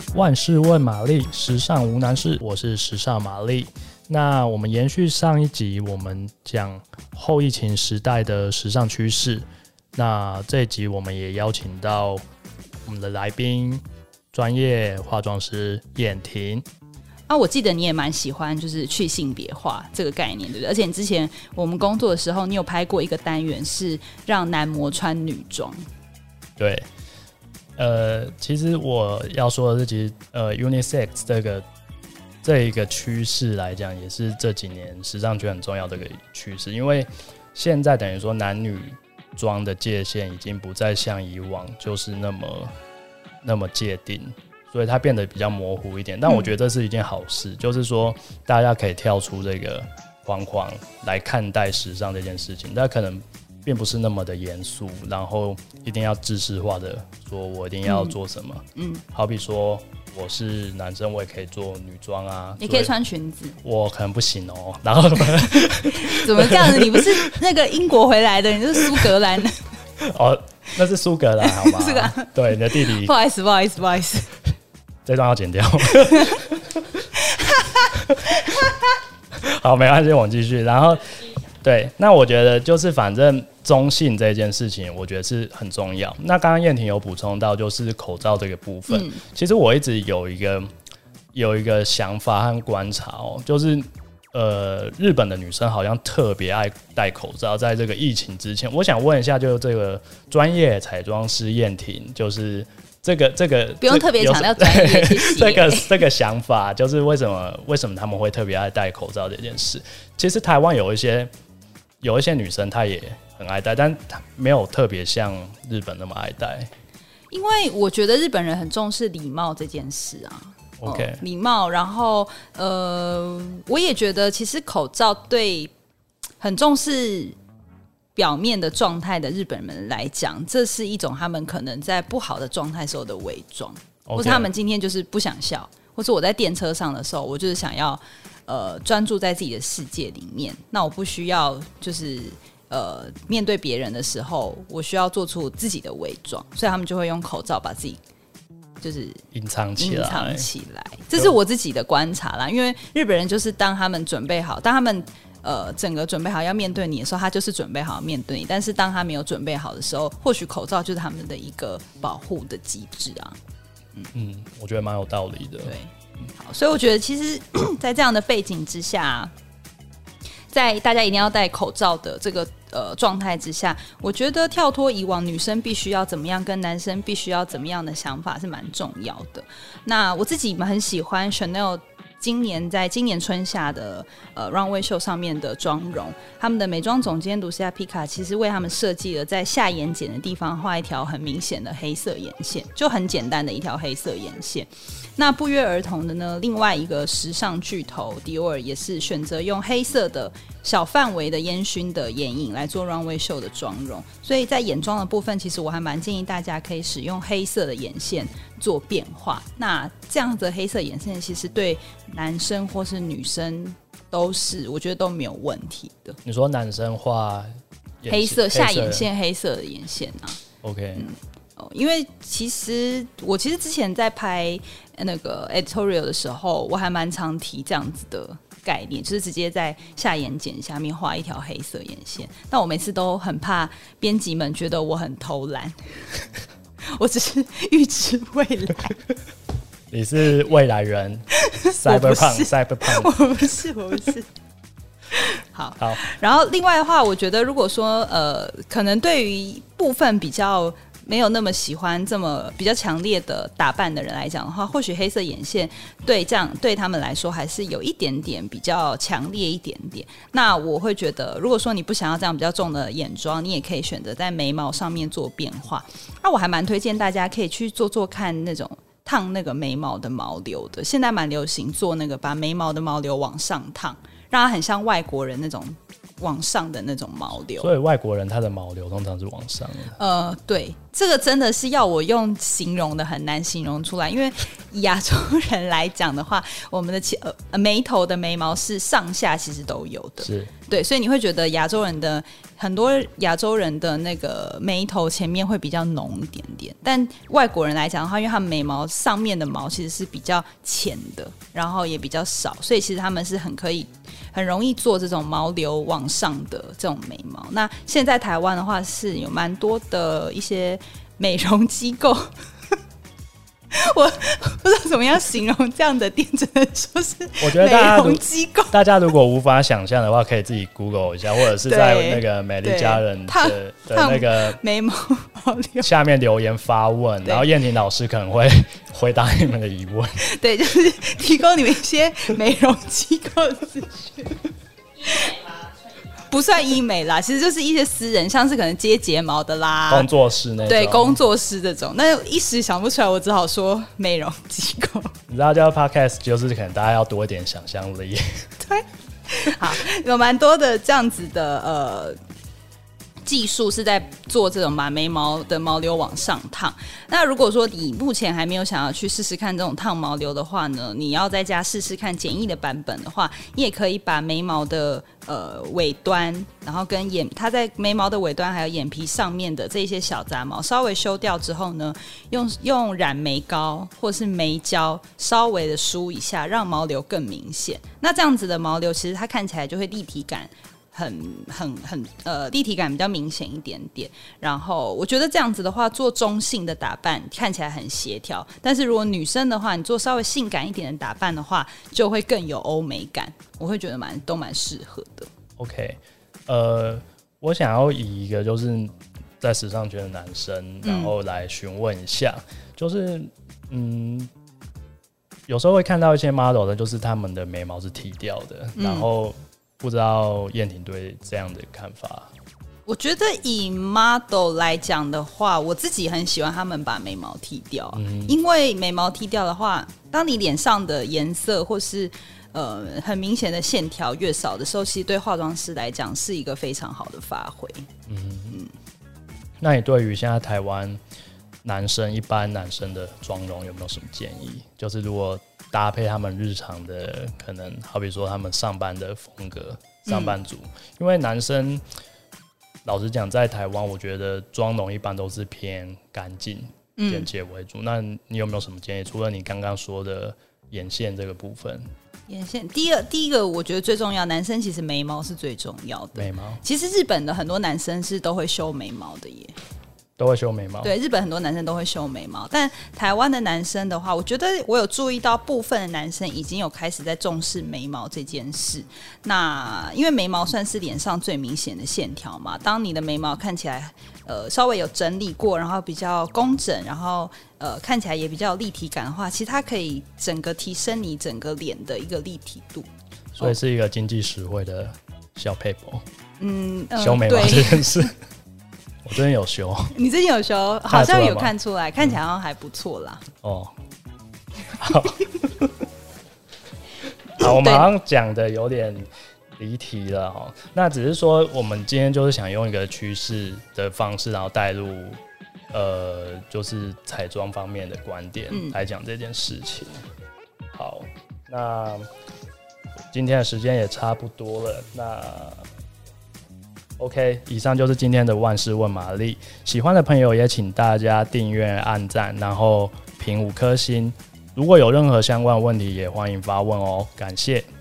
万事问玛丽，时尚无难事，我是时尚玛丽。那我们延续上一集，我们讲后疫情时代的时尚趋势。那这一集我们也邀请到我们的来宾，专业化妆师燕婷。 我记得你也蛮喜欢就是去性别化这个概念，对不对？而且你之前我们工作的时候，你有拍过一个单元是让男模穿女装。 对，其实我要说的是，其实unisex 这一个趋势来讲，也是这几年时尚圈很重要的一个趋势，因为现在等于说男女装的界限已经不再像以往就是那么界定。所以它变得比较模糊一点，但我觉得这是一件好事，就是说大家可以跳出这个框框来看待时尚这件事情，但可能并不是那么的严肃，然后一定要制式化的说我一定要做什么。好比说我是男生，我也可以做女装啊， 也可以穿裙子。 我可能不行哦。然后怎么这样子？你不是那个英国回来的，你是苏格兰的。 哦，那是苏格兰好吗？对，你的弟弟。 不好意思。 这段要剪掉。好，没关系，我们继续。然后，对，那我觉得就是反正中性这件事情，我觉得是很重要。那刚刚燕婷有补充到，就是口罩这个部分，其实我一直有一个想法和观察哦，就是日本的女生好像特别爱戴口罩，在这个疫情之前，我想问一下，就是这个专业彩妆师燕婷，就是这个不用特别强调专业，谢谢。 这个想法就是为什么他们会特别爱戴口罩这件事？其实台湾有一些女生她也很爱戴，但她没有特别像日本那么爱戴。 因为我觉得日本人很重视礼貌这件事啊。 OK， 礼貌，然后我也觉得其实口罩对很重视表面的状态的日本人来讲，这是一种他们可能在不好的状态时候的伪装，或是他们今天就是不想笑，或是我在电车上的时候，我就是想要专注在自己的世界里面，那我不需要就是面对别人的时候，我需要做出自己的伪装，所以他们就会用口罩把自己就是隐藏起来， 这是我自己的观察啦。因为日本人就是当他们准备好，当他们整个准备好要面对你的时候，他就是准备好面对你。但是当他没有准备好的时候，或许口罩就是他们的一个保护的机制啊。 我觉得蛮有道理的。 对，好，所以我觉得其实在这样的背景之下，在大家一定要戴口罩的这个状态之下，我觉得跳脱以往女生必须要怎么样跟男生必须要怎么样的想法是蛮重要的。那我自己很喜欢 Chanel 在今年春夏的runway show 上面的妆容，他们的美妆总监卢西亚皮卡其实为他们设计了在下眼睑的地方画一条很明显的黑色眼线，就很简单的一条黑色眼线。那不约而同的呢，另外一个时尚巨头迪奥尔也是选择用黑色的小范围的烟熏的眼影来做 runway show 的妆容，所以在眼妆的部分，其实我还蛮建议大家可以使用黑色的眼线做变化。那这样的黑色眼线其实对男生或是女生我觉得都没有问题的。 你说男生画黑色下眼线，黑色的眼线啊 ，OK。 因为我之前在拍那个 editorial 的时候，我还蛮常提这样子的概念，就是直接在下眼睑下面画一条黑色眼线。但我每次都很怕编辑们觉得我很偷懒，我只是预知未来。 你是未来人，cyberpunk， 我不是。好，然后另外的话，我觉得如果说可能对于部分比较没有那么喜欢这么比较强烈的打扮的人来讲的话，或许黑色眼线对他们来说还是有一点点比较强烈一点点。那我会觉得，如果说你不想要这样比较重的眼妆，你也可以选择在眉毛上面做变化。那我还蛮推荐大家可以去做看那种烫那个眉毛的毛流的，现在蛮流行做那个把眉毛的毛流往上烫，让它很像外国人那种往上的那种毛流。 所以外国人他的毛流通常是往上的。 对， 这个真的是要我用形容的很难形容出来，因为以亚洲人来讲的话，我们的眉头的眉毛是上下其实都有的， 是对，所以你会觉得很多亚洲人的那个眉头前面会比较浓一点点，但外国人来讲的话，因为他们眉毛上面的毛其实是比较浅的，然后也比较少，所以其实他们是很容易做这种毛流往上的这种眉毛。那现在台湾的话是有蛮多的一些美容机构我不知道怎么样形容这样的店，只能说是我觉得美容机构。 大家如果无法想象的话，可以自己 Google 一下，或者是在那个美丽佳人的那个眉毛下面留言发问，然后燕婷老师可能会回答你们的疑问。 对，就是提供你们一些美容机构的资讯。不算医美啦，其实就是一些私人，像是可能接睫毛的啦， 工作室那种， 对，工作室这种。那一时想不出来，我只好说美容机构。 你知道叫 podcast 就是可能大家要多一点想象力。 对，好，有蛮多的这样子的技术是在做这种把眉毛的毛流往上烫。那如果说你目前还没有想要去试试看这种烫毛流的话呢，你要在家试试看简易的版本的话，你也可以把眉毛的尾端，然后跟它在眉毛的尾端还有眼皮上面的这些小杂毛稍微修掉之后呢，用染眉膏或是眉胶稍微的梳一下，让毛流更明显。那这样子的毛流其实它看起来就会立体感立体感比较明显一点点，然后我觉得这样子的话，做中性的打扮看起来很协调，但是如果女生的话，你做稍微性感一点的打扮的话，就会更有欧美感，我会觉得都蛮适合的。 OK， 我想要以一个就是在时尚圈的男生，然后来询问一下，就是有时候会看到一些 model 的，就是他们的眉毛是剃掉的，然后不知道燕婷对这样的看法。 我觉得以 model 来讲的话，我自己很喜欢他们把眉毛剃掉，因为眉毛剃掉的话，当你脸上的颜色或是很明显的线条越少的时候，其实对化妆师来讲是一个非常好的发挥。 那你对于现在台湾一般男生的妆容有没有什么建议？就是如果搭配他们日常的，可能好比说他们上班的风格，上班族，因为男生老实讲，在台湾我觉得妆容一般都是偏干净、简洁为主。那你有没有什么建议？除了你刚刚说的眼线这个部分？ 眼线，第一个我觉得最重要，男生其实眉毛是最重要的。 眉毛， 其实日本的很多男生是都会修眉毛的耶。 都会修眉毛， 对，日本很多男生都会修眉毛，但台湾的男生的话，我觉得我有注意到部分的男生已经有开始在重视眉毛这件事。那因为眉毛算是脸上最明显的线条嘛，当你的眉毛看起来稍微有整理过，然后比较工整，然后看起来也比较有立体感的话，其实它可以整个提升你整个脸的一个立体度， 所以是一个经济实惠的小撇步。修眉毛这件事。我最近有修， 你最近有修，好像有看出来，看起来好像还不错啦。 哦，好，我们好像讲的有点离题了哈。那只是说，我们今天就是想用一个趋势的方式，然后带入就是彩妆方面的观点来讲这件事情。好，那今天的时间也差不多了，那。OK， 以上就是今天的万事问玛丽。喜欢的朋友也请大家订阅、按赞，然后评5颗星。如果有任何相关的问题，也欢迎发问哦。感谢。